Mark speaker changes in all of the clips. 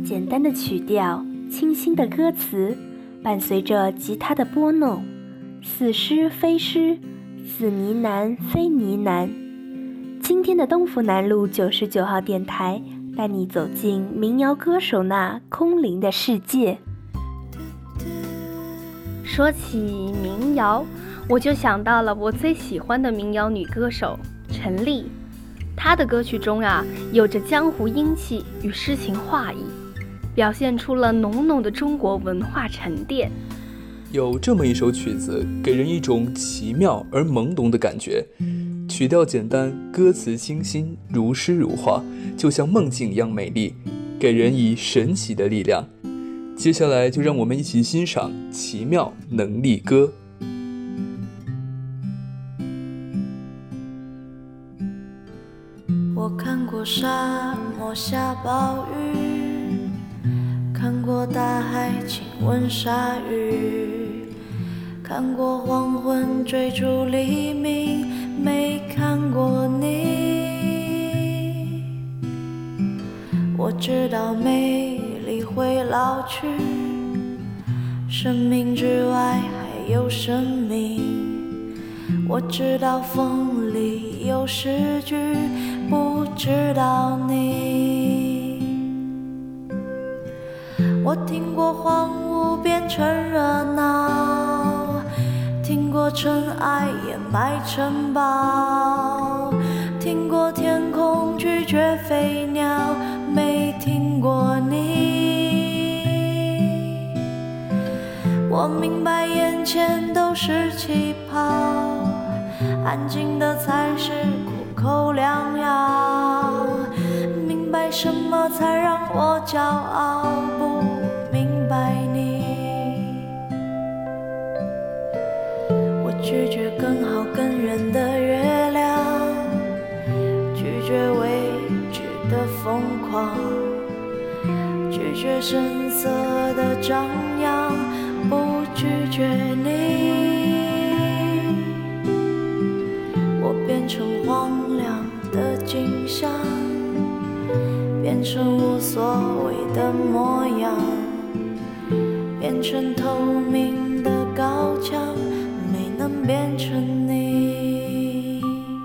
Speaker 1: 简单的曲调，清新的歌词，伴随着吉他的拨弄，似诗非诗，似呢喃非呢喃。今天的东福南路99号电台带你走进民谣歌手那空灵的世界。
Speaker 2: 说起民谣，我就想到了我最喜欢的民谣女歌手陈粒。她的歌曲中有着江湖英气与诗情画意，表现出了浓浓的中国文化沉淀。
Speaker 3: 有这么一首曲子，给人一种奇妙而朦胧的感觉，曲调简单，歌词清新，如诗如画，就像梦境一样美丽，给人以神奇的力量。接下来就让我们一起欣赏《奇妙能力歌》。
Speaker 4: 我看过沙漠下暴雨，看过大海亲吻鲨鱼，看过黄昏追逐黎明，没看过你。我知道美丽会老去，生命之外还有生命。我知道风里有诗句，不知道你。我听过荒芜变成热闹，听过尘埃掩埋城堡，听过天空拒绝飞鸟，没听过你。我明白眼前都是气泡，安静的才是苦口良药，明白什么才让我骄傲，不明白你。我拒绝更好更圆的月亮，拒绝未知的疯狂，拒绝声色的张扬，不拒绝你。我变成荒凉的景象，变成无所谓的模样，变成透明的高墙，没能变成你。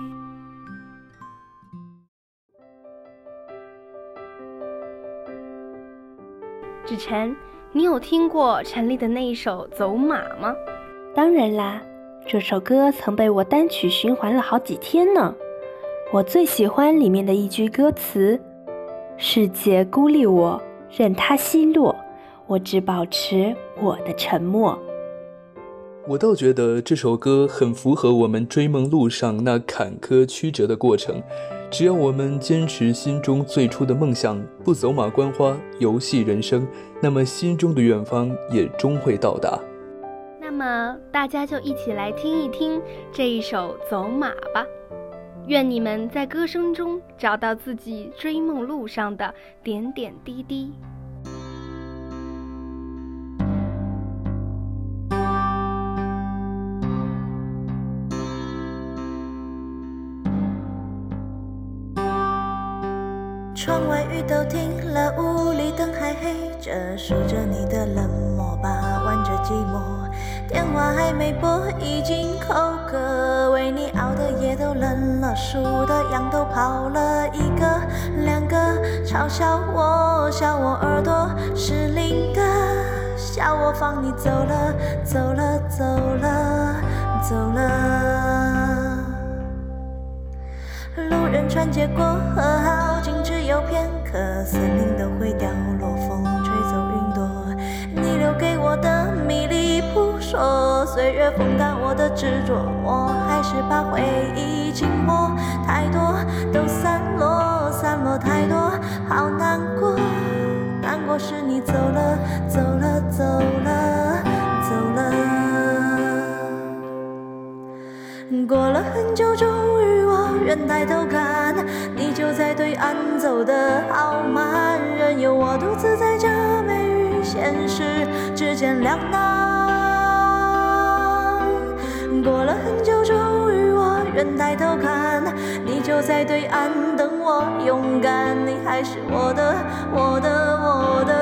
Speaker 2: 芷晨，你有听过陈粒的那一首《走马》吗？
Speaker 1: 当然啦，这首歌曾被我单曲循环了好几天呢。我最喜欢里面的一句歌词：世界孤立我，任它奚落，我只保持我的沉默。
Speaker 3: 我倒觉得这首歌很符合我们追梦路上那坎坷曲折的过程，只要我们坚持心中最初的梦想，不走马观花，游戏人生，那么心中的远方也终会到达。
Speaker 2: 那么大家就一起来听一听这一首《走马》吧。愿你们在歌声中找到自己追梦路上的点点滴滴。
Speaker 4: 窗外雨都停了，屋里灯还黑着，数着你的冷漠吧，玩着寂寞。电话还没拨，已经口渴，为你熬的夜都冷了，数的羊都跑了，一个两个，嘲笑我，笑我耳朵失灵的，笑我放你走了，走了，走了，走了。路人穿街过河，好景只有片刻，森林都会掉落，风吹走云朵，你留给我的迷离扑朔，岁月风干我的执着，我还是把回忆紧握，太多都散落，散落太多，好难过，难过是你走了，走了，走了，走了。过了很久，终于我愿抬头看，你就在对岸走得好慢，任由我独自在这美与现实之间两难。过了很久，终于我愿抬头看，你就在对岸等我勇敢，你还是我的，我的，我的。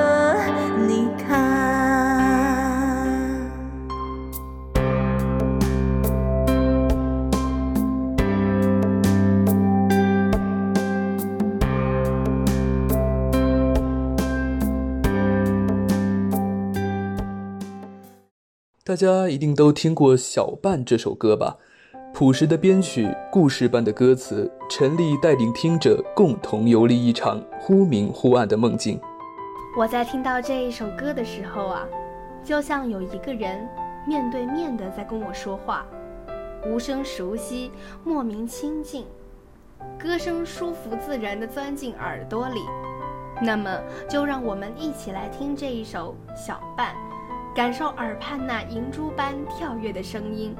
Speaker 3: 大家一定都听过《小伴》这首歌吧？朴实的编曲，故事般的歌词，陈粒带领听者共同游历一场忽明忽暗的梦境。
Speaker 2: 我在听到这一首歌的时候啊，就像有一个人面对面的在跟我说话，无声熟悉，莫名亲近，歌声舒服自然地钻进耳朵里。那么就让我们一起来听这一首《小伴》，感受耳畔那银珠般跳跃的声音。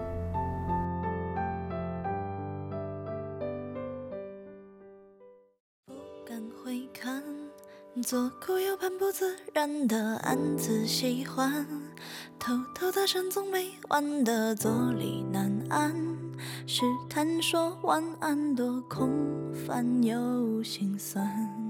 Speaker 4: 不敢回看，左顾右盼，不自然的暗自喜欢，偷偷的深总没完的坐立难安，试探说晚安多空泛又心酸，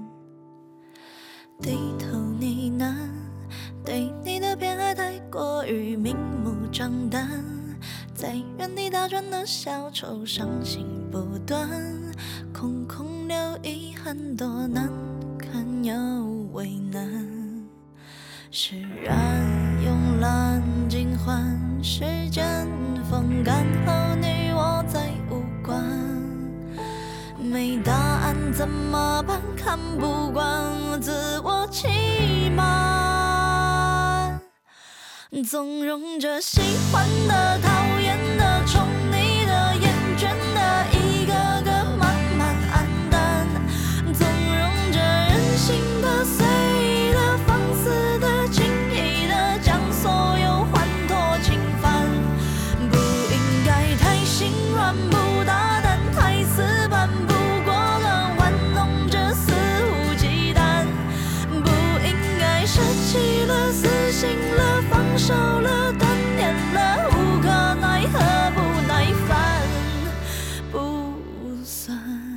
Speaker 4: 低头呢喃，对你的偏爱太过于明目张胆，在原地打转的小丑伤心不断，空空留遗憾多难堪又为难，释然慵懒尽欢，时间风干后你我再无关，没答案怎么办？看不惯自我欺瞒，纵容着喜欢的、讨厌的、宠你的、厌倦的，一个个慢慢黯淡，纵容着任性的、随意的、放肆的、轻易的，将所有欢脱侵犯，不应该太心软，不大胆，太死板，不果断，玩弄着肆无忌惮，不应该舍弃了、死心了、放手了、断念了，无可奈何，不耐烦，不算。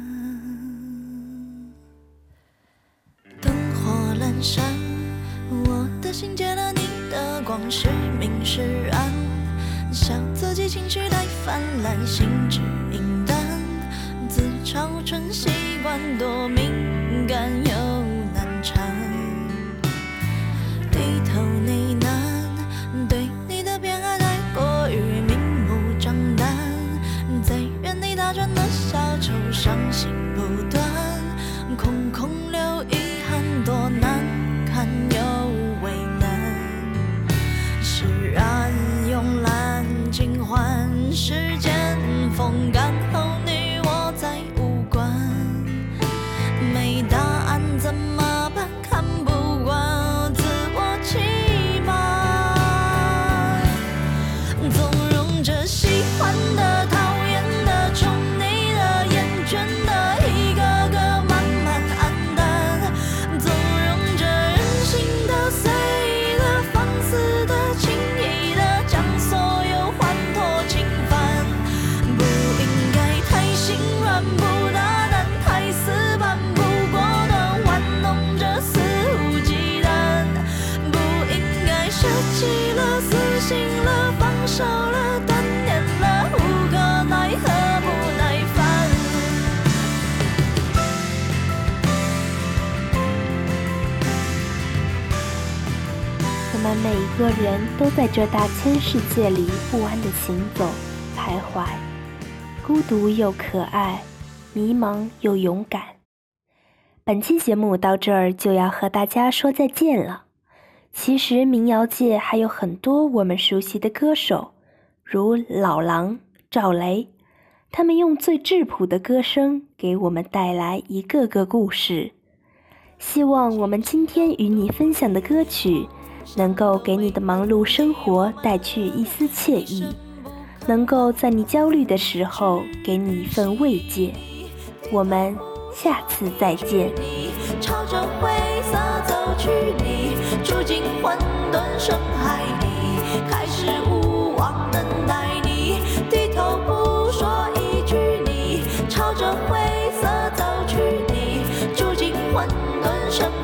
Speaker 4: 灯火阑珊，我的心借了你的光，是明是暗，笑自己情绪太泛滥，心智阴淡，自嘲成习惯，多敏感又难缠，低头呢喃，对你的偏爱太过于明目张胆，在原地打转的小丑伤心不断，空空留遗憾多难堪又为难，释然慵懒尽欢，时间风干后你我再无关，没答案怎么办？看不惯自我欺瞒，纵容着喜欢的、讨厌的、宠你的、厌倦的，一个个慢慢黯淡，纵容着任性的、随意的、放肆的、轻易的，将所有欢脱侵犯，不应该太心软，不大胆，太死板，不果断，玩弄着肆无忌惮，不应该舍弃了、死心了、放手了、断念了，无可奈何，不耐烦。
Speaker 1: 我们每一个人都在这大千世界里不安地行走、徘徊，孤独又可爱，迷茫又勇敢。本期节目到这儿就要和大家说再见了。其实民谣界还有很多我们熟悉的歌手，如老狼、赵雷，他们用最质朴的歌声给我们带来一个个故事。希望我们今天与你分享的歌曲能够给你的忙碌生活带去一丝惬意，能够在你焦虑的时候给你一份慰藉。我们下次再见。
Speaker 4: 朝着灰色走去，你住进混沌深海里，开始无望等待你，低头不说一句，你朝着灰色走去，你住进混沌深海里。